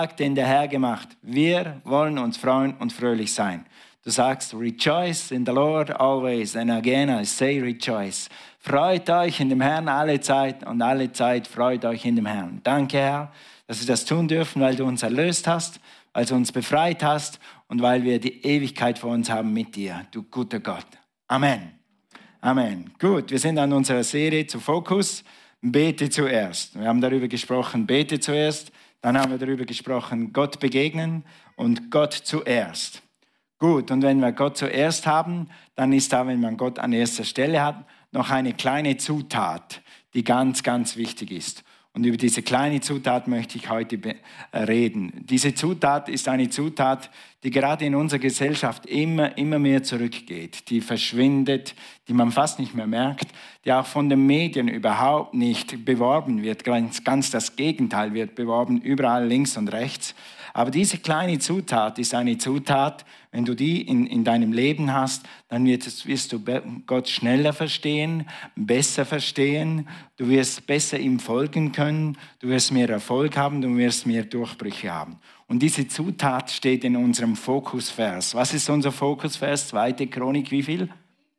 den der Herr gemacht. Wir wollen uns freuen und fröhlich sein. Du sagst, rejoice in the Lord always. And again I say rejoice. Freut euch in dem Herrn alle Zeit und alle Zeit freut euch in dem Herrn. Danke, Herr, dass wir das tun dürfen, weil du uns erlöst hast, weil du uns befreit hast und weil wir die Ewigkeit vor uns haben mit dir, du guter Gott. Amen. Amen. Gut, wir sind an unserer Serie zu Fokus. Bete zuerst. Wir haben darüber gesprochen, bete zuerst. Dann haben wir darüber gesprochen, Gott begegnen und Gott zuerst. Gut, und wenn wir Gott zuerst haben, dann ist da, wenn man Gott an erster Stelle hat, noch eine kleine Zutat, die ganz, ganz wichtig ist. Und über diese kleine Zutat möchte ich heute reden. Diese Zutat ist eine Zutat, die gerade in unserer Gesellschaft immer mehr zurückgeht, die verschwindet, die man fast nicht mehr merkt, die auch von den Medien überhaupt nicht beworben wird. Ganz das Gegenteil wird beworben, überall links und rechts. Aber diese kleine Zutat ist eine Zutat, wenn du die in deinem Leben hast, dann wirst du Gott schneller verstehen, besser verstehen, du wirst besser ihm folgen können, du wirst mehr Erfolg haben, du wirst mehr Durchbrüche haben. Und diese Zutat steht in unserem Fokusvers. Was ist unser Fokusvers? 2. Chronik, wie viel?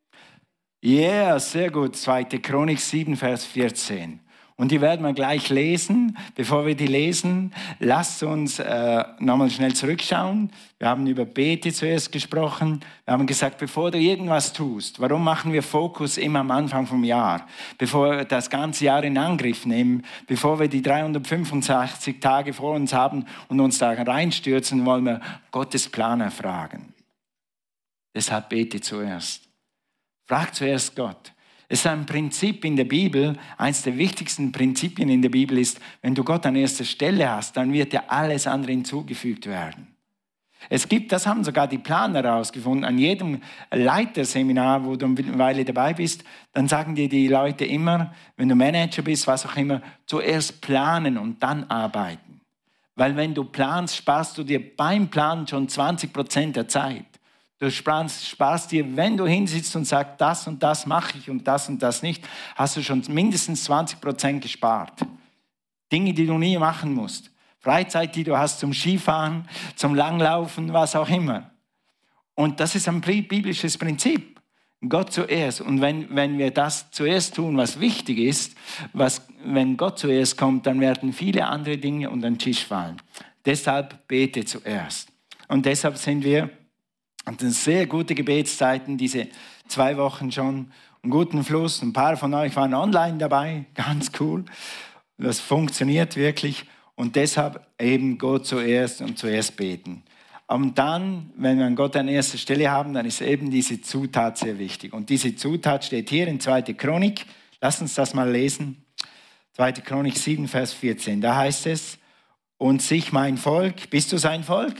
Ja, yeah, sehr gut. 2. Chronik 7, Vers 14. Und die werden wir gleich lesen. Bevor wir die lesen, lasst uns nochmal schnell zurückschauen. Wir haben über Bete zuerst gesprochen. Wir haben gesagt, bevor du irgendwas tust, warum machen wir Fokus immer am Anfang vom Jahr? Bevor wir das ganze Jahr in Angriff nehmen, bevor wir die 365 Tage vor uns haben und uns da reinstürzen, wollen wir Gottes Plan erfragen. Deshalb bete zuerst. Frag zuerst Gott. Es ist ein Prinzip in der Bibel, eines der wichtigsten Prinzipien in der Bibel ist, wenn du Gott an erster Stelle hast, dann wird dir alles andere hinzugefügt werden. Es gibt, das haben sogar die Planer herausgefunden, an jedem Leiterseminar, wo du eine Weile dabei bist, dann sagen dir die Leute immer, wenn du Manager bist, was auch immer, zuerst planen und dann arbeiten. Weil wenn du planst, sparst du dir beim Planen schon 20% der Zeit. Du sparst dir, wenn du hinsitzt und sagst, das und das mache ich und das nicht, hast du schon mindestens 20% gespart. Dinge, die du nie machen musst. Freizeit, die du hast zum Skifahren, zum Langlaufen, was auch immer. Und das ist ein biblisches Prinzip. Gott zuerst. Und wenn wir das zuerst tun, was wichtig ist, wenn Gott zuerst kommt, dann werden viele andere Dinge unter den Tisch fallen. Deshalb bete zuerst. Und deshalb sind wir und sehr gute Gebetszeiten, diese 2 Wochen schon, einen guten Fluss. Ein paar von euch waren online dabei, ganz cool. Das funktioniert wirklich und deshalb eben Gott zuerst und zuerst beten. Und dann, wenn wir Gott an erster Stelle haben, dann ist eben diese Zutat sehr wichtig. Und diese Zutat steht hier in 2. Chronik. Lass uns das mal lesen. 2. Chronik 7, Vers 14. Da heißt es, und sich mein Volk, bist du sein Volk?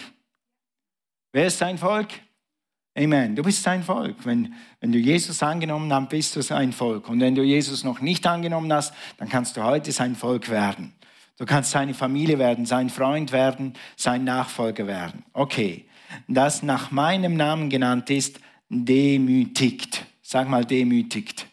Wer ist sein Volk? Amen. Du bist sein Volk. Wenn du Jesus angenommen hast, bist du sein Volk. Und wenn du Jesus noch nicht angenommen hast, dann kannst du heute sein Volk werden. Du kannst seine Familie werden, sein Freund werden, sein Nachfolger werden. Okay. Das nach meinem Namen genannt ist, demütigt. Sag mal demütigt.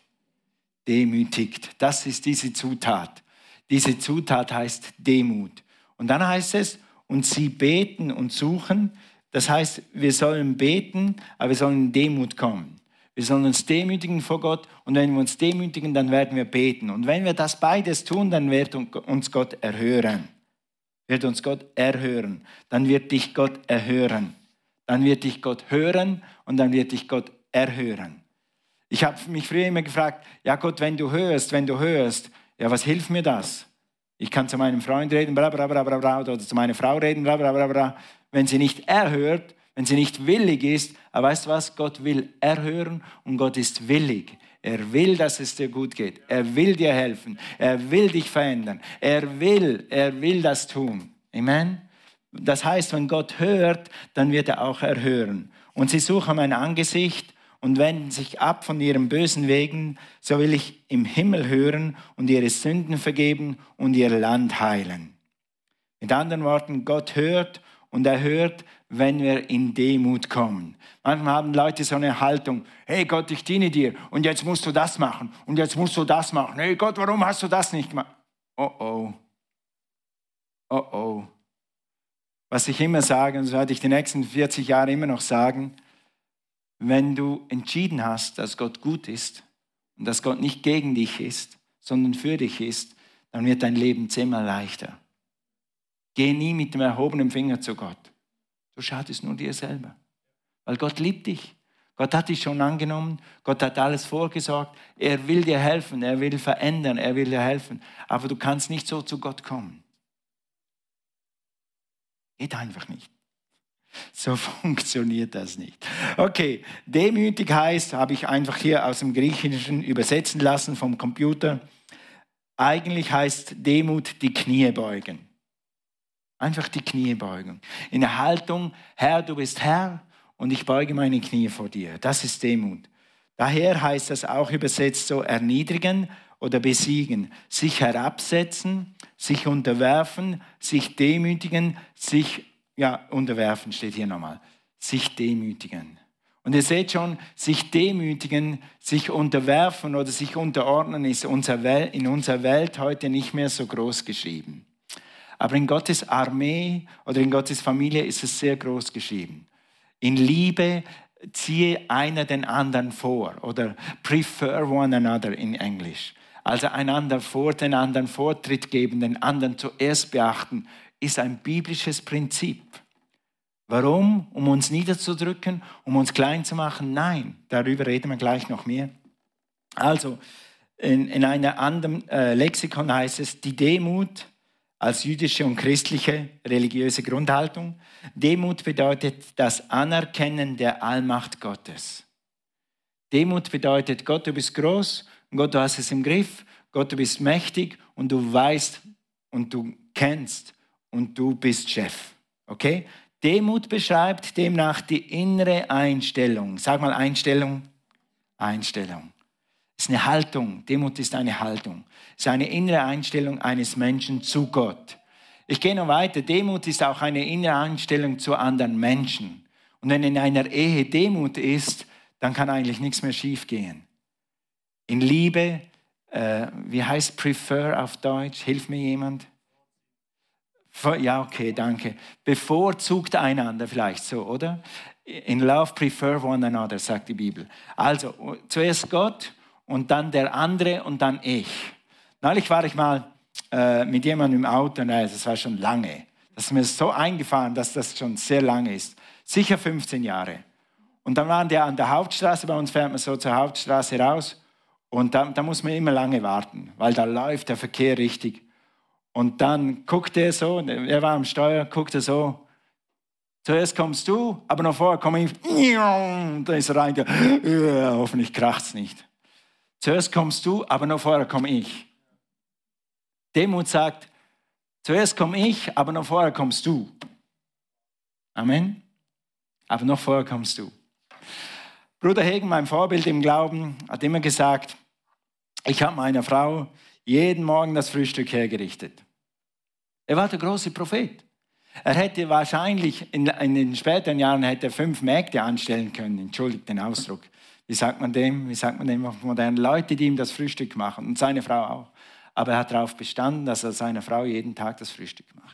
Demütigt. Das ist diese Zutat. Diese Zutat heißt Demut. Und dann heißt es, und sie beten und suchen. Das heißt, wir sollen beten, aber wir sollen in Demut kommen. Wir sollen uns demütigen vor Gott und wenn wir uns demütigen, dann werden wir beten. Und wenn wir das beides tun, dann wird uns Gott erhören. Wird uns Gott erhören. Dann wird dich Gott erhören. Dann wird dich Gott hören und dann wird dich Gott erhören. Ich habe mich früher immer gefragt, ja Gott, wenn du hörst, ja, was hilft mir das? Ich kann zu meinem Freund reden, bla bla bla bla, oder zu meiner Frau reden, bla bla bla bla. Wenn sie nicht erhört, wenn sie nicht willig ist, aber weißt du was? Gott will erhören und Gott ist willig. Er will, dass es dir gut geht. Er will dir helfen. Er will dich verändern. Er will das tun. Amen? Das heißt, wenn Gott hört, dann wird er auch erhören. Und sie suchen mein Angesicht und wenden sich ab von ihren bösen Wegen, so will ich im Himmel hören und ihre Sünden vergeben und ihr Land heilen. Mit anderen Worten, Gott hört und er hört, wenn wir in Demut kommen. Manchmal haben Leute so eine Haltung, hey Gott, ich diene dir und jetzt musst du das machen und jetzt musst du das machen. Hey Gott, warum hast du das nicht gemacht? Oh oh. Oh oh. was ich immer sage, und das werde ich die nächsten 40 Jahre immer noch sagen, wenn du entschieden hast, dass Gott gut ist und dass Gott nicht gegen dich ist, sondern für dich ist, dann wird dein Leben 10-mal leichter. Geh nie mit dem erhobenen Finger zu Gott. Du schadest nur dir selber. Weil Gott liebt dich. Gott hat dich schon angenommen. Gott hat alles vorgesorgt. Er will dir helfen. Er will verändern. Er will dir helfen. Aber du kannst nicht so zu Gott kommen. Geht einfach nicht. So funktioniert das nicht. Okay, demütig heißt, habe ich einfach hier aus dem Griechischen übersetzen lassen vom Computer. Eigentlich heißt Demut die Knie beugen. Einfach die Knie beugen. In der Haltung, Herr, du bist Herr und ich beuge meine Knie vor dir. Das ist Demut. Daher heißt das auch übersetzt so erniedrigen oder besiegen. Sich herabsetzen, sich unterwerfen, sich demütigen, sich unterwerfen steht hier nochmal. Sich demütigen. Und ihr seht schon, sich demütigen, sich unterwerfen oder sich unterordnen ist in unserer Welt heute nicht mehr so groß geschrieben. Aber in Gottes Armee oder in Gottes Familie ist es sehr groß geschrieben. In Liebe ziehe einer den anderen vor oder prefer one another in Englisch. Also einander vor den anderen Vortritt geben, den anderen zuerst beachten, ist ein biblisches Prinzip. Warum? Um uns niederzudrücken, um uns klein zu machen? Nein, darüber reden wir gleich noch mehr. Also, in einem anderen Lexikon heißt es, die Demut als jüdische und christliche religiöse Grundhaltung. Demut bedeutet das Anerkennen der Allmacht Gottes. Demut bedeutet, Gott, du bist groß und Gott, du hast es im Griff. Gott, du bist mächtig und du weißt und du kennst und du bist Chef. Okay? Demut beschreibt demnach die innere Einstellung. Sag mal Einstellung. Einstellung. Es ist eine Haltung. Demut ist eine Haltung. Es ist eine innere Einstellung eines Menschen zu Gott. Ich gehe noch weiter. Demut ist auch eine innere Einstellung zu anderen Menschen. Und wenn in einer Ehe Demut ist, dann kann eigentlich nichts mehr schiefgehen. In Liebe, wie heißt prefer auf Deutsch? Hilft mir jemand? Ja, okay, danke. Bevorzugt einander vielleicht so, oder? In love prefer one another, sagt die Bibel. Also, zuerst Gott und dann der andere und dann ich. Neulich war ich mal mit jemandem im Auto, das war schon lange. Das ist mir so eingefahren, dass das schon sehr lange ist. Sicher 15 Jahre. Und dann waren wir an der Hauptstraße, bei uns fährt man so zur Hauptstraße raus und da muss man immer lange warten, weil da läuft der Verkehr richtig. Und dann guckte er so, er war am Steuer, guckte so, zuerst kommst du, aber noch vorher komme ich, und da ist er reingegangen, hoffentlich kracht es nicht. Zuerst kommst du, aber noch vorher komme ich. Demut sagt, zuerst komme ich, aber noch vorher kommst du. Amen. Aber noch vorher kommst du. Bruder Hegen, mein Vorbild im Glauben, hat immer gesagt, ich habe meiner Frau jeden Morgen das Frühstück hergerichtet. Er war der große Prophet. Er hätte wahrscheinlich in den späteren Jahren 5 Mägde anstellen können. Entschuldigt den Ausdruck. Wie sagt man dem? Wie sagt man dem auf modern? Leute, die ihm das Frühstück machen. Und seine Frau auch. Aber er hat darauf bestanden, dass er seiner Frau jeden Tag das Frühstück macht.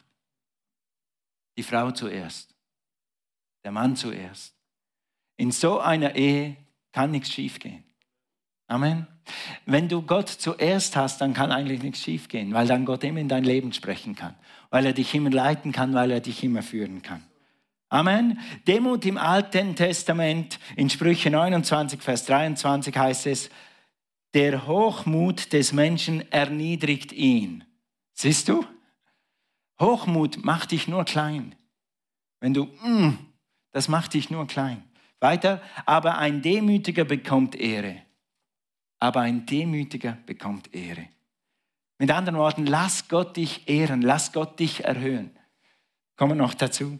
Die Frau zuerst. Der Mann zuerst. In so einer Ehe kann nichts schiefgehen. Amen. Wenn du Gott zuerst hast, dann kann eigentlich nichts schiefgehen, weil dann Gott immer in dein Leben sprechen kann, weil er dich immer leiten kann, weil er dich immer führen kann. Amen. Demut im Alten Testament, in Sprüche 29, Vers 23 heißt es, der Hochmut des Menschen erniedrigt ihn. Siehst du? Hochmut macht dich nur klein. Wenn du, das macht dich nur klein. Weiter, aber ein Demütiger bekommt Ehre. Aber ein Demütiger bekommt Ehre. Mit anderen Worten, lass Gott dich ehren, lass Gott dich erhöhen. Kommen wir noch dazu.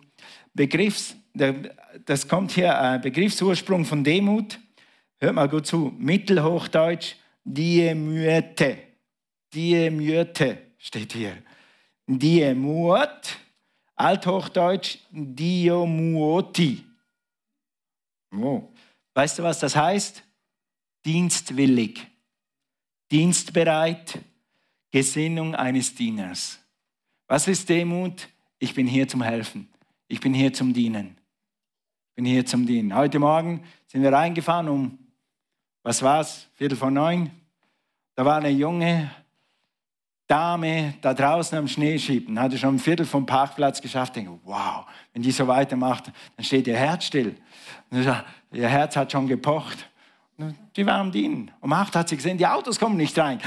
Das kommt hier, Begriffsursprung von Demut. Hört mal gut zu. Mittelhochdeutsch, Diemüete. Diemüete steht hier. Diemut, Althochdeutsch, Diomuoti. Oh. Weißt du, was das heißt? Dienstwillig, dienstbereit, Gesinnung eines Dieners. Was ist Demut? Ich bin hier zum Helfen. Ich bin hier zum Dienen. Ich bin hier zum Dienen. Heute Morgen sind wir reingefahren um, was war's, 8:45. Da war eine junge Dame da draußen am Schneeschieben, hatte schon 1/4 vom Parkplatz geschafft. Ich denke, wow, wenn die so weitermacht, dann steht ihr Herz still. Ihr Herz hat schon gepocht. Die war am Dienen. Um 8 hat sie gesehen, die Autos kommen nicht rein.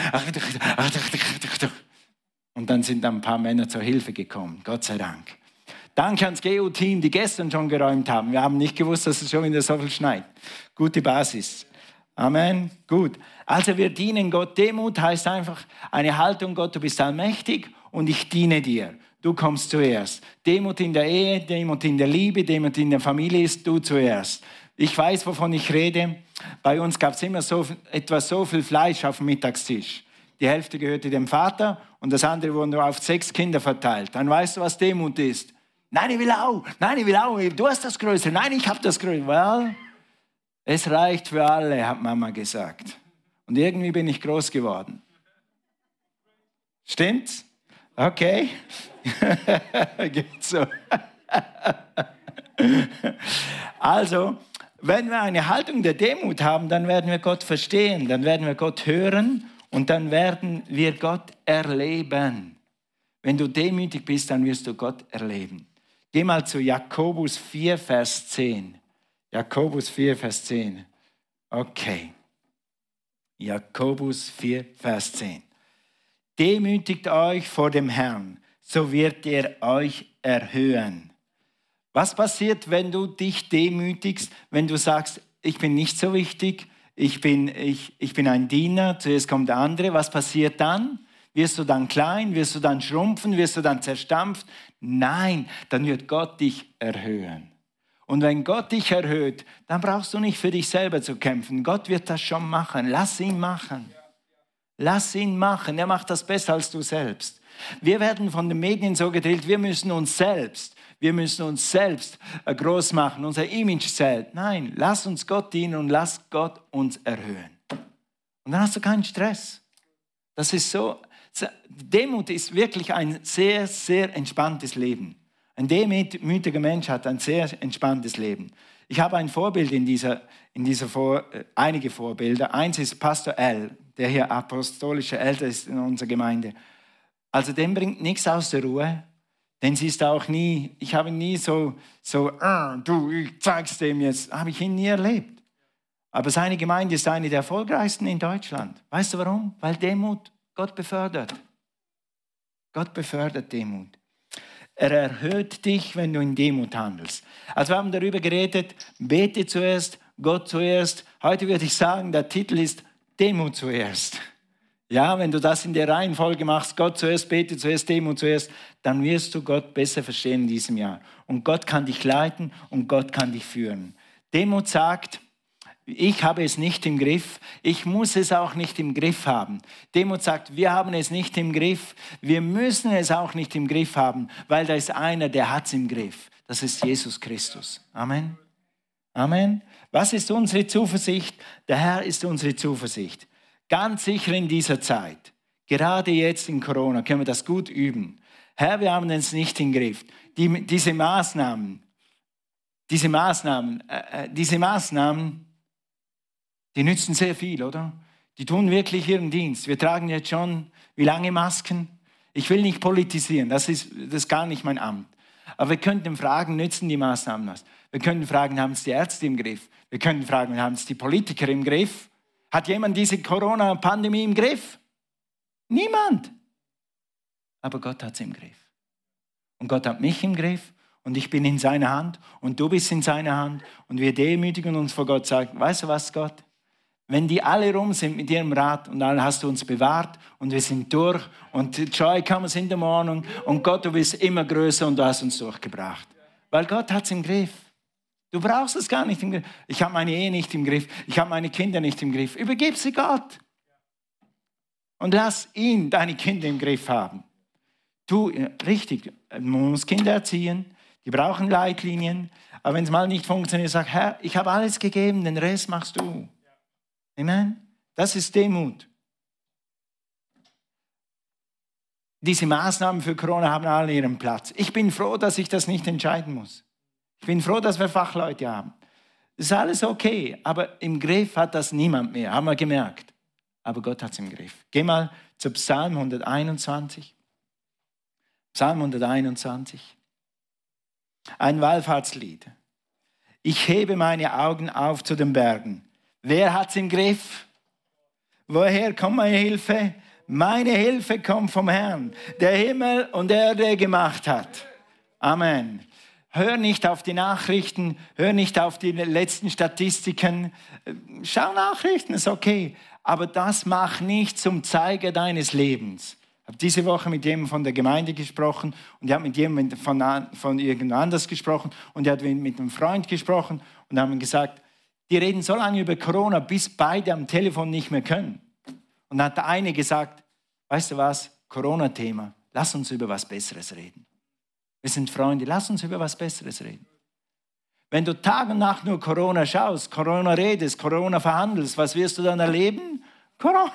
Und dann sind ein paar Männer zur Hilfe gekommen, Gott sei Dank. Danke ans GU-Team, die gestern schon geräumt haben. Wir haben nicht gewusst, dass es schon wieder so viel schneit. Gute Basis. Amen. Gut. Also wir dienen Gott. Demut heißt einfach eine Haltung, Gott, du bist allmächtig und ich diene dir. Du kommst zuerst. Demut in der Ehe, Demut in der Liebe, Demut in der Familie ist du zuerst. Ich weiß, wovon ich rede. Bei uns gab es immer so viel Fleisch auf dem Mittagstisch. Die Hälfte gehörte dem Vater und das andere wurde auf 6 Kinder verteilt. Dann weißt du, was Demut ist. Nein, ich will auch. Nein, ich will auch. Du hast das Größere. Nein, ich habe das Größere. Well, es reicht für alle, hat Mama gesagt. Und irgendwie bin ich groß geworden. Stimmt's? Okay. Geht so. Also, wenn wir eine Haltung der Demut haben, dann werden wir Gott verstehen, dann werden wir Gott hören und dann werden wir Gott erleben. Wenn du demütig bist, dann wirst du Gott erleben. Geh mal zu Jakobus 4, Vers 10. Jakobus 4, Vers 10. Okay. Jakobus 4, Vers 10. Demütigt euch vor dem Herrn, so wird er euch erhöhen. Was passiert, wenn du dich demütigst, wenn du sagst, ich bin nicht so wichtig, ich bin ein Diener, zuerst kommt der andere. Was passiert dann? Wirst du dann klein? Wirst du dann schrumpfen? Wirst du dann zerstampft? Nein, dann wird Gott dich erhöhen. Und wenn Gott dich erhöht, dann brauchst du nicht für dich selber zu kämpfen. Gott wird das schon machen. Lass ihn machen. Lass ihn machen. Er macht das besser als du selbst. Wir werden von den Medien so gedrillt, wir müssen uns selbst groß machen, unser Image zählt. Nein, lass uns Gott dienen und lass Gott uns erhöhen. Und dann hast du keinen Stress. Das ist so, Demut ist wirklich ein sehr, sehr entspanntes Leben. Ein demütiger Mensch hat ein sehr entspanntes Leben. Ich habe ein Vorbild einige Vorbilder. Eins ist Pastor L., der hier apostolischer Älter ist in unserer Gemeinde. Also dem bringt nichts aus der Ruhe. Denn sie ist auch nie, ich habe ihn nie ich zeig's dem jetzt, habe ich ihn nie erlebt. Aber seine Gemeinde ist eine der erfolgreichsten in Deutschland. Weißt du warum? Weil Demut Gott befördert. Gott befördert Demut. Er erhöht dich, wenn du in Demut handelst. Also wir haben darüber geredet, bete zuerst, Gott zuerst. Heute würde ich sagen, der Titel ist Demut zuerst. Ja, wenn du das in der Reihenfolge machst, Gott zuerst, bete zuerst, Demut zuerst, dann wirst du Gott besser verstehen in diesem Jahr. Und Gott kann dich leiten und Gott kann dich führen. Demut sagt, ich habe es nicht im Griff, ich muss es auch nicht im Griff haben. Demut sagt, wir haben es nicht im Griff, wir müssen es auch nicht im Griff haben, weil da ist einer, der hat es im Griff. Das ist Jesus Christus. Amen. Amen. Was ist unsere Zuversicht? Der Herr ist unsere Zuversicht. Ganz sicher in dieser Zeit, gerade jetzt in Corona, können wir das gut üben. Herr, wir haben es nicht im Griff. Diese Maßnahmen, die nützen sehr viel, oder? Die tun wirklich ihren Dienst. Wir tragen jetzt schon, wie lange Masken? Ich will nicht politisieren, das ist gar nicht mein Amt. Aber wir könnten fragen, nützen die Maßnahmen was? Wir könnten fragen, haben es die Ärzte im Griff? Wir könnten fragen, haben es die Politiker im Griff? Hat jemand diese Corona-Pandemie im Griff? Niemand. Aber Gott hat es im Griff. Und Gott hat mich im Griff und ich bin in seiner Hand und du bist in seiner Hand und wir demütigen uns vor Gott, sagen, weißt du was, Gott? Wenn die alle rum sind mit ihrem Rat und dann hast du uns bewahrt und wir sind durch und Joy comes in the morning und Gott, du bist immer größer und du hast uns durchgebracht. Weil Gott hat es im Griff. Du brauchst es gar nicht im Griff. Ich habe meine Ehe nicht im Griff. Ich habe meine Kinder nicht im Griff. Übergib sie Gott. Und lass ihn deine Kinder im Griff haben. Richtig, man muss Kinder erziehen. Die brauchen Leitlinien. Aber wenn es mal nicht funktioniert, sag, Herr, ich habe alles gegeben, den Rest machst du. Amen. Das ist Demut. Diese Maßnahmen für Corona haben alle ihren Platz. Ich bin froh, dass ich das nicht entscheiden muss. Ich bin froh, dass wir Fachleute haben. Das ist alles okay, aber im Griff hat das niemand mehr, haben wir gemerkt. Aber Gott hat es im Griff. Geh mal zu Psalm 121. Psalm 121. Ein Wallfahrtslied. Ich hebe meine Augen auf zu den Bergen. Wer hat es im Griff? Woher kommt meine Hilfe? Meine Hilfe kommt vom Herrn, der Himmel und Erde gemacht hat. Amen. Hör nicht auf die Nachrichten, hör nicht auf die letzten Statistiken. Schau Nachrichten, ist okay. Aber das mach nicht zum Zeiger deines Lebens. Ich habe diese Woche mit jemandem von der Gemeinde gesprochen und ich habe mit jemandem von irgendwo anders gesprochen und ich habe mit einem Freund gesprochen und haben gesagt, die reden so lange über Corona, bis beide am Telefon nicht mehr können. Und dann hat der eine gesagt, weißt du was, Corona-Thema, lass uns über was Besseres reden. Wir sind Freunde, lass uns über was Besseres reden. Wenn du Tag und Nacht nur Corona schaust, Corona redest, Corona verhandelst, was wirst du dann erleben? Corona.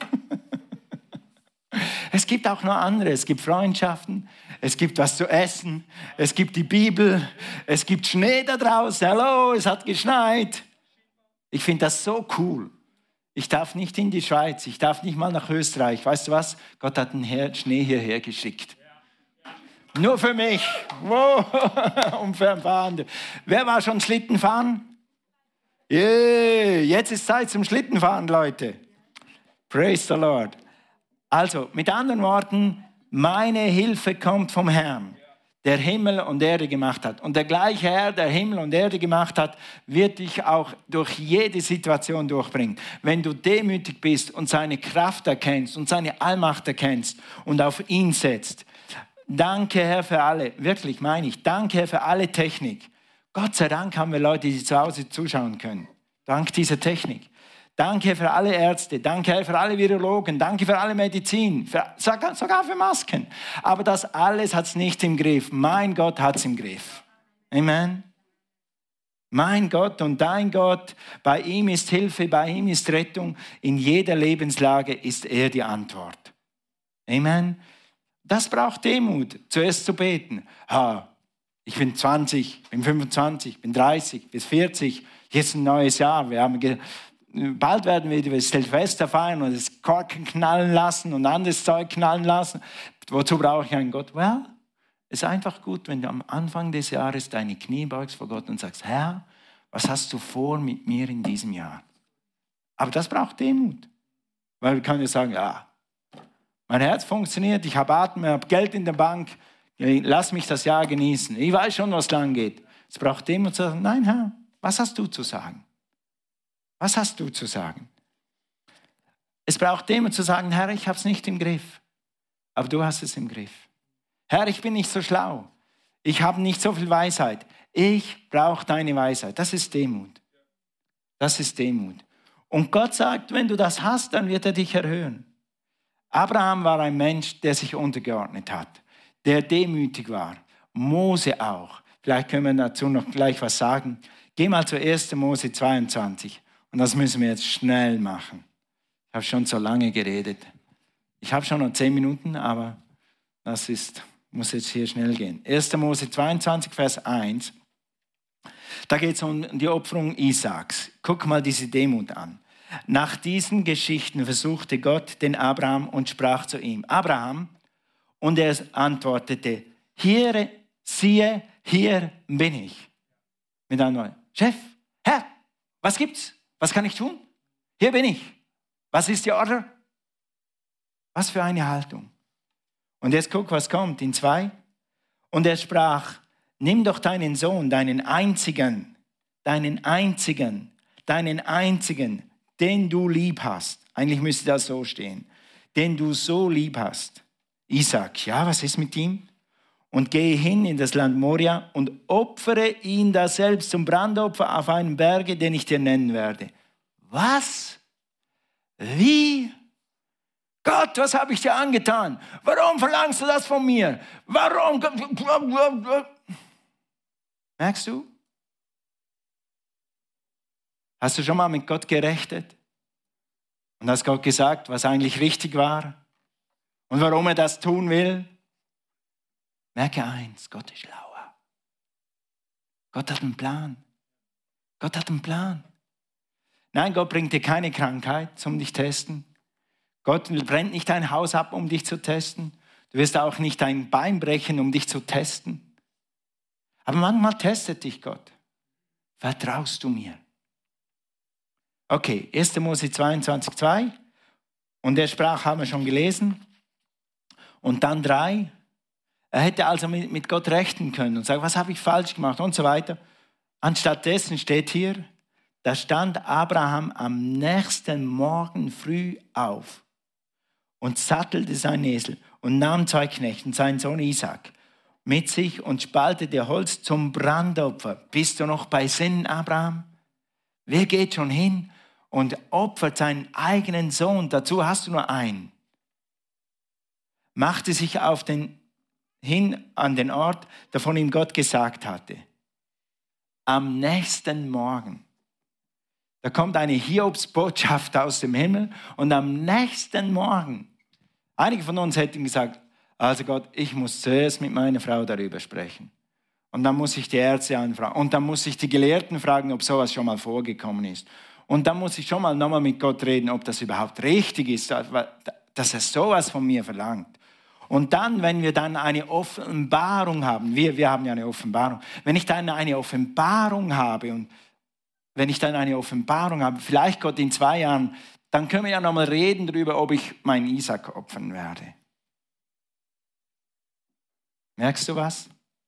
Es gibt auch noch andere, es gibt Freundschaften, es gibt was zu essen, es gibt die Bibel, es gibt Schnee da draußen, hallo, es hat geschneit. Ich finde das so cool. Ich darf nicht in die Schweiz, ich darf nicht mal nach Österreich. Weißt du was? Gott hat den Schnee hierher geschickt. Nur für mich. Und für ein paar andere. Wer war schon Schlittenfahren? Yeah. Jetzt ist Zeit zum Schlittenfahren, Leute. Praise the Lord. Also, mit anderen Worten, meine Hilfe kommt vom Herrn, der Himmel und Erde gemacht hat. Und der gleiche Herr, der Himmel und Erde gemacht hat, wird dich auch durch jede Situation durchbringen. Wenn du demütig bist und seine Kraft erkennst und seine Allmacht erkennst und auf ihn setzt. Danke, Herr, für alle, wirklich meine ich, danke, Herr, für alle Technik. Gott sei Dank haben wir Leute, die zu Hause zuschauen können. Dank dieser Technik. Danke für alle Ärzte, danke für alle Virologen, danke für alle Medizin, sogar für Masken. Aber das alles hat es nicht im Griff. Mein Gott hat es im Griff. Amen. Mein Gott und dein Gott, bei ihm ist Hilfe, bei ihm ist Rettung. In jeder Lebenslage ist er die Antwort. Amen. Das braucht Demut, zuerst zu beten. Ich bin 20, bin 25, bin 30, bis 40, jetzt ein neues Jahr. Bald werden wir das Silvester feiern und das Korken knallen lassen und anderes Zeug knallen lassen. Wozu brauche ich einen Gott? Well, es ist einfach gut, wenn du am Anfang des Jahres deine Knie beugst vor Gott und sagst, Herr, was hast du vor mit mir in diesem Jahr? Aber das braucht Demut. Weil wir können ja sagen, ja, mein Herz funktioniert, ich habe Atem, ich habe Geld in der Bank, lass mich das Jahr genießen. Ich weiß schon, was lang geht. Es braucht Demut zu sagen, nein, Herr, was hast du zu sagen? Was hast du zu sagen? Es braucht Demut zu sagen, Herr, ich habe es nicht im Griff, aber du hast es im Griff. Herr, ich bin nicht so schlau, ich habe nicht so viel Weisheit. Ich brauche deine Weisheit. Das ist Demut. Das ist Demut. Und Gott sagt, wenn du das hast, dann wird er dich erhöhen. Abraham war ein Mensch, der sich untergeordnet hat, der demütig war. Mose auch. Vielleicht können wir dazu noch gleich was sagen. Geh mal zu 1. Mose 22. Und das müssen wir jetzt schnell machen. Ich habe schon so lange geredet. Ich habe schon noch 10 Minuten, aber das muss jetzt hier schnell gehen. 1. Mose 22, Vers 1. Da geht es um die Opferung Isaaks. Guck mal diese Demut an. Nach diesen Geschichten versuchte Gott den Abraham und sprach zu ihm, Abraham, und er antwortete, hier, siehe, hier bin ich. Mit einem Wort, Chef, Herr, was gibt's? Was kann ich tun? Hier bin ich. Was ist die Order? Was für eine Haltung. Und jetzt guck, was kommt in 2. Und er sprach, nimm doch deinen Sohn, deinen einzigen, den du lieb hast. Eigentlich müsste das so stehen. Den du so lieb hast. Isaak, ja, was ist mit ihm? Und gehe hin in das Land Moria und opfere ihn da selbst zum Brandopfer auf einem Berge, den ich dir nennen werde. Was? Wie? Gott, was habe ich dir angetan? Warum verlangst du das von mir? Warum? Merkst du? Hast du schon mal mit Gott gerechnet? Und hast Gott gesagt, was eigentlich richtig war? Und warum er das tun will? Merke eins, Gott ist schlauer. Gott hat einen Plan. Gott hat einen Plan. Nein, Gott bringt dir keine Krankheit, um dich zu testen. Gott brennt nicht dein Haus ab, um dich zu testen. Du wirst auch nicht dein Bein brechen, um dich zu testen. Aber manchmal testet dich Gott. Vertraust du mir? Okay, 1. Mose 22,2. Und er sprach, haben wir schon gelesen. Und dann 3. Er hätte also mit Gott rechten können und sagen, was habe ich falsch gemacht und so weiter. Anstattdessen steht hier, da stand Abraham am nächsten Morgen früh auf und sattelte seinen Esel und nahm 2 Knechte und seinen Sohn Isaac mit sich und spaltete Holz zum Brandopfer. Bist du noch bei Sinn, Abraham? Wer geht schon hin und opfert seinen eigenen Sohn? Dazu hast du nur einen. Machte sich hin an den Ort, der von ihm Gott gesagt hatte. Am nächsten Morgen. Da kommt eine Hiobsbotschaft aus dem Himmel und am nächsten Morgen. Einige von uns hätten gesagt, also Gott, ich muss zuerst mit meiner Frau darüber sprechen. Und dann muss ich die Ärzte anfragen. Und dann muss ich die Gelehrten fragen, ob sowas schon mal vorgekommen ist. Und dann muss ich schon mal nochmal mit Gott reden, ob das überhaupt richtig ist, dass er sowas von mir verlangt. Und dann, wenn wir dann eine Offenbarung haben, wir haben ja eine Offenbarung, wenn ich dann eine Offenbarung habe vielleicht Gott in 2 Jahren, dann können wir ja nochmal reden darüber, ob ich meinen Isaac opfern werde. Merkst du was?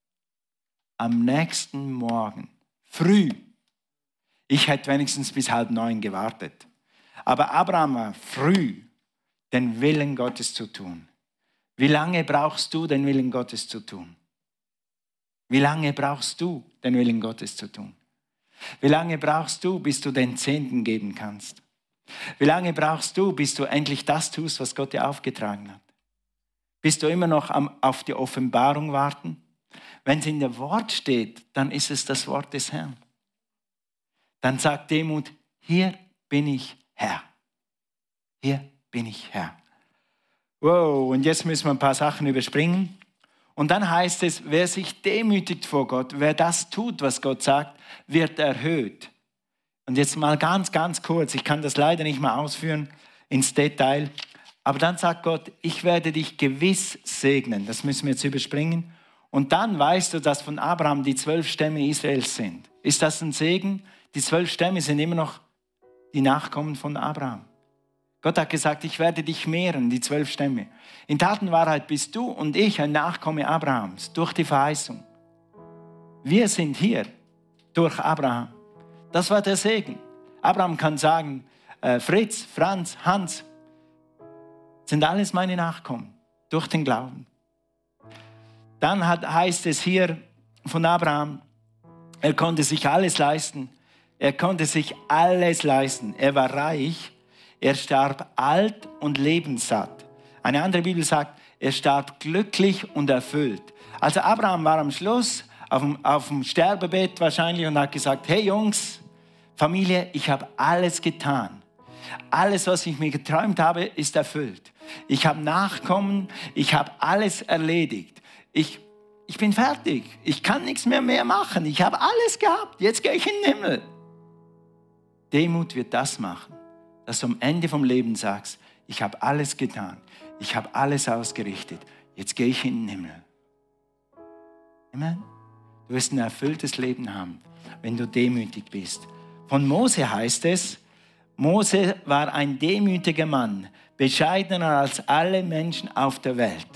Am nächsten Morgen, früh, ich hätte wenigstens bis 8:30 gewartet, aber Abraham war früh, den Willen Gottes zu tun. Wie lange brauchst du, den Willen Gottes zu tun? Wie lange brauchst du, den Willen Gottes zu tun? Wie lange brauchst du, bis du den Zehnten geben kannst? Wie lange brauchst du, bis du endlich das tust, was Gott dir aufgetragen hat? Bist du immer noch auf die Offenbarung warten? Wenn es in der Wort steht, dann ist es das Wort des Herrn. Dann sagt Demut, hier bin ich Herr. Hier bin ich Herr. Wow, und jetzt müssen wir ein paar Sachen überspringen. Und dann heißt es, wer sich demütigt vor Gott, wer das tut, was Gott sagt, wird erhöht. Und jetzt mal ganz, ganz kurz, ich kann das leider nicht mal ausführen ins Detail, aber dann sagt Gott, ich werde dich gewiss segnen. Das müssen wir jetzt überspringen. Und dann weißt du, dass von Abraham die 12 Stämme Israels sind. Ist das ein Segen? Die 12 Stämme sind immer noch die Nachkommen von Abraham. Gott hat gesagt, ich werde dich mehren, die 12 Stämme. In Tat und Wahrheit bist du und ich ein Nachkomme Abrahams durch die Verheißung. Wir sind hier durch Abraham. Das war der Segen. Abraham kann sagen, Fritz, Franz, Hans, sind alles meine Nachkommen durch den Glauben. Dann heißt es hier von Abraham, er konnte sich alles leisten. Er konnte sich alles leisten. Er war reich. Er starb alt und lebenssatt. Eine andere Bibel sagt, er starb glücklich und erfüllt. Also Abraham war am Schluss auf dem Sterbebett wahrscheinlich und hat gesagt, hey Jungs, Familie, ich habe alles getan. Alles, was ich mir geträumt habe, ist erfüllt. Ich habe Nachkommen, ich habe alles erledigt. Ich bin fertig. Ich kann nichts mehr machen. Ich habe alles gehabt. Jetzt gehe ich in den Himmel. Demut wird das machen, dass du am Ende vom Leben sagst, ich habe alles getan, ich habe alles ausgerichtet, jetzt gehe ich in den Himmel. Amen. Du wirst ein erfülltes Leben haben, wenn du demütig bist. Von Mose heißt es, Mose war ein demütiger Mann, bescheidener als alle Menschen auf der Welt.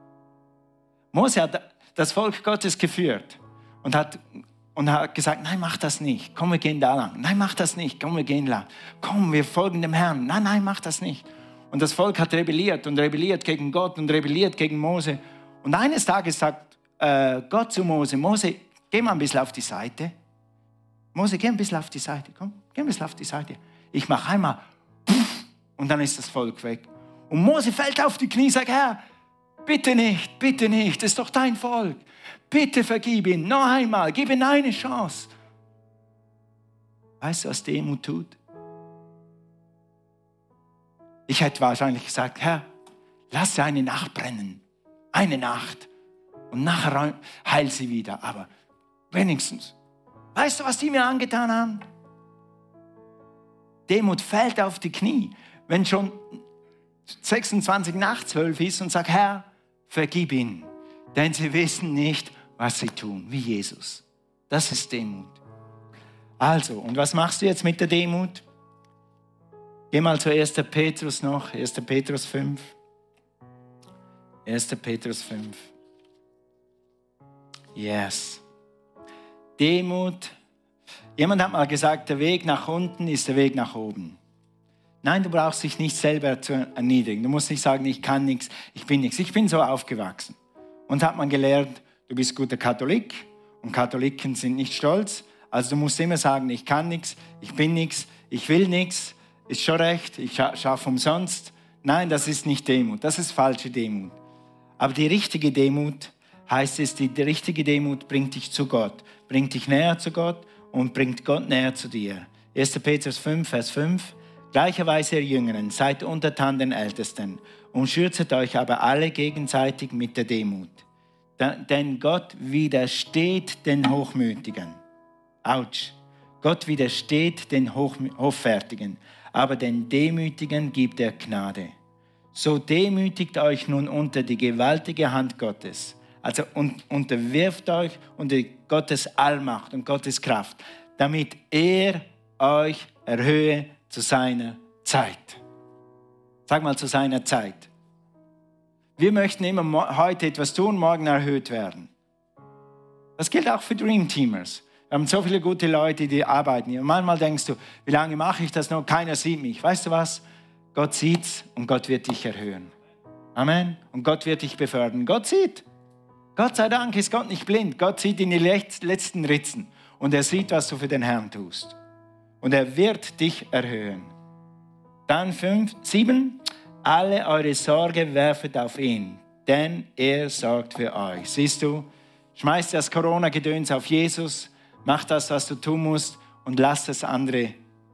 Mose hat das Volk Gottes geführt und hat gesagt, nein, mach das nicht. Komm, wir gehen da lang. Nein, mach das nicht. Komm, wir gehen lang. Komm, wir folgen dem Herrn. Nein, mach das nicht. Und das Volk hat rebelliert und rebelliert gegen Gott und rebelliert gegen Mose. Und eines Tages sagt Gott zu Mose, Mose, geh mal ein bisschen auf die Seite. Mose, geh ein bisschen auf die Seite. Komm, geh ein bisschen auf die Seite. Ich mache einmal, und dann ist das Volk weg. Und Mose fällt auf die Knie und sagt, Herr, bitte nicht, das ist doch dein Volk. Bitte vergib ihn, noch einmal, gib ihm eine Chance. Weißt du, was Demut tut? Ich hätte wahrscheinlich gesagt, Herr, Lass sie eine Nacht brennen. Eine Nacht. Und nachher heil sie wieder. Aber wenigstens. Weißt du, was die mir angetan haben? Demut fällt auf die Knie. Wenn schon 26 nach 12 ist und sagt, Herr, vergib ihnen. Denn sie wissen nicht, was sie tun, wie Jesus. Das ist Demut. Also, und was machst du jetzt mit der Demut? Geh mal zu 1. Petrus noch, 1. Petrus 5. 1. Petrus 5. Yes. Demut. Jemand hat mal gesagt, der Weg nach unten ist der Weg nach oben. Nein, du brauchst dich nicht selber zu erniedrigen. Du musst nicht sagen, ich kann nichts, ich bin nichts. Ich bin so aufgewachsen. Und hat man gelernt, du bist guter Katholik und Katholiken sind nicht stolz. Also du musst immer sagen, ich kann nichts, ich bin nichts, ich will nichts, ist schon recht, ich schaffe umsonst. Nein, das ist nicht Demut, das ist falsche Demut. Aber die richtige Demut heißt es, die richtige Demut bringt dich zu Gott, bringt dich näher zu Gott und bringt Gott näher zu dir. 1. Petrus 5, Vers 5. Gleicherweise, ihr Jüngeren, seid untertan den Ältesten und schürzet euch aber alle gegenseitig mit der Demut. Denn Gott widersteht den Hochmütigen. Autsch. Gott widersteht den Hoffärtigen, aber den Demütigen gibt er Gnade. So demütigt euch nun unter die gewaltige Hand Gottes. Also unterwirft euch unter Gottes Allmacht und Gottes Kraft, damit er euch erhöhe zu seiner Zeit. Sag mal, zu seiner Zeit. Wir möchten immer heute etwas tun, morgen erhöht werden. Das gilt auch für Dream Teamers. Wir haben so viele gute Leute, die arbeiten hier. Und manchmal denkst du, wie lange mache ich das noch? Keiner sieht mich. Weißt du was? Gott sieht's und Gott wird dich erhöhen. Amen. Und Gott wird dich befördern. Gott sieht. Gott sei Dank ist Gott nicht blind. Gott sieht in die letzten Ritzen. Und er sieht, was du für den Herrn tust. Und er wird dich erhöhen. Dann 7. Alle eure Sorge werfet auf ihn, denn er sorgt für euch. Siehst du, schmeiß das Corona-Gedöns auf Jesus, mach das, was du tun musst und lass das andere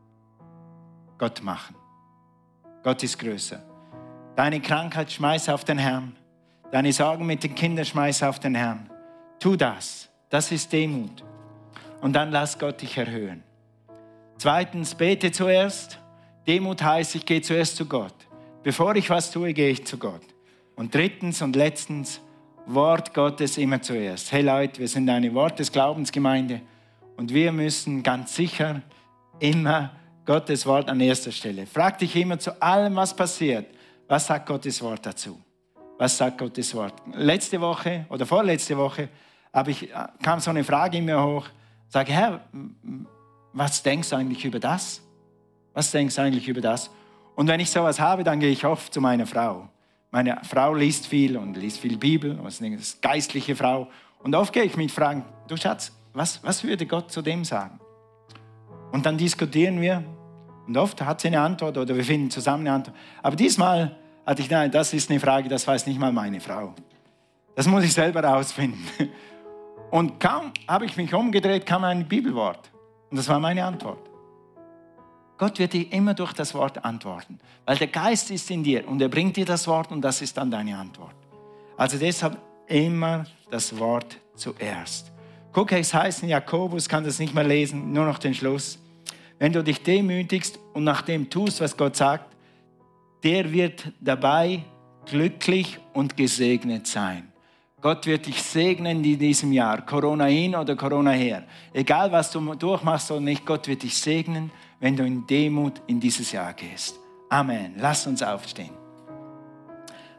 Gott machen. Gott ist größer. Deine Krankheit schmeiß auf den Herrn. Deine Sorgen mit den Kindern schmeiß auf den Herrn. Tu das. Das ist Demut. Und dann lass Gott dich erhöhen. 2. Bete zuerst. Demut heißt, ich gehe zuerst zu Gott. Bevor ich was tue, gehe ich zu Gott. Und 3. und letztens, Wort Gottes immer zuerst. Hey Leute, wir sind eine Wort des Glaubensgemeinde und wir müssen ganz sicher immer Gottes Wort an erster Stelle. Frag dich immer zu allem, was passiert. Was sagt Gottes Wort dazu? Was sagt Gottes Wort? Letzte Woche oder vorletzte Woche kam so eine Frage in mir hoch. Sage, Herr, was denkst du eigentlich über das? Was denkst du eigentlich über das? Und wenn ich sowas habe, dann gehe ich oft zu meiner Frau. Meine Frau liest viel und liest viel Bibel, das ist eine geistliche Frau. Und oft gehe ich mit Fragen, du Schatz, was würde Gott zu dem sagen? Und dann diskutieren wir und oft hat sie eine Antwort oder wir finden zusammen eine Antwort. Aber diesmal hatte ich, nein, das ist eine Frage, das weiß nicht mal meine Frau. Das muss ich selber rausfinden. Und kaum habe ich mich umgedreht, kam ein Bibelwort. Und das war meine Antwort. Gott wird dir immer durch das Wort antworten, weil der Geist ist in dir und er bringt dir das Wort und das ist dann deine Antwort. Also deshalb immer das Wort zuerst. Guck, es heißt in Jakobus, kann das nicht mehr lesen, nur noch den Schluss. Wenn du dich demütigst und nach dem tust, was Gott sagt, der wird dabei glücklich und gesegnet sein. Gott wird dich segnen in diesem Jahr, Corona hin oder Corona her. Egal, was du durchmachst oder nicht, Gott wird dich segnen, wenn du in Demut in dieses Jahr gehst. Amen. Lass uns aufstehen.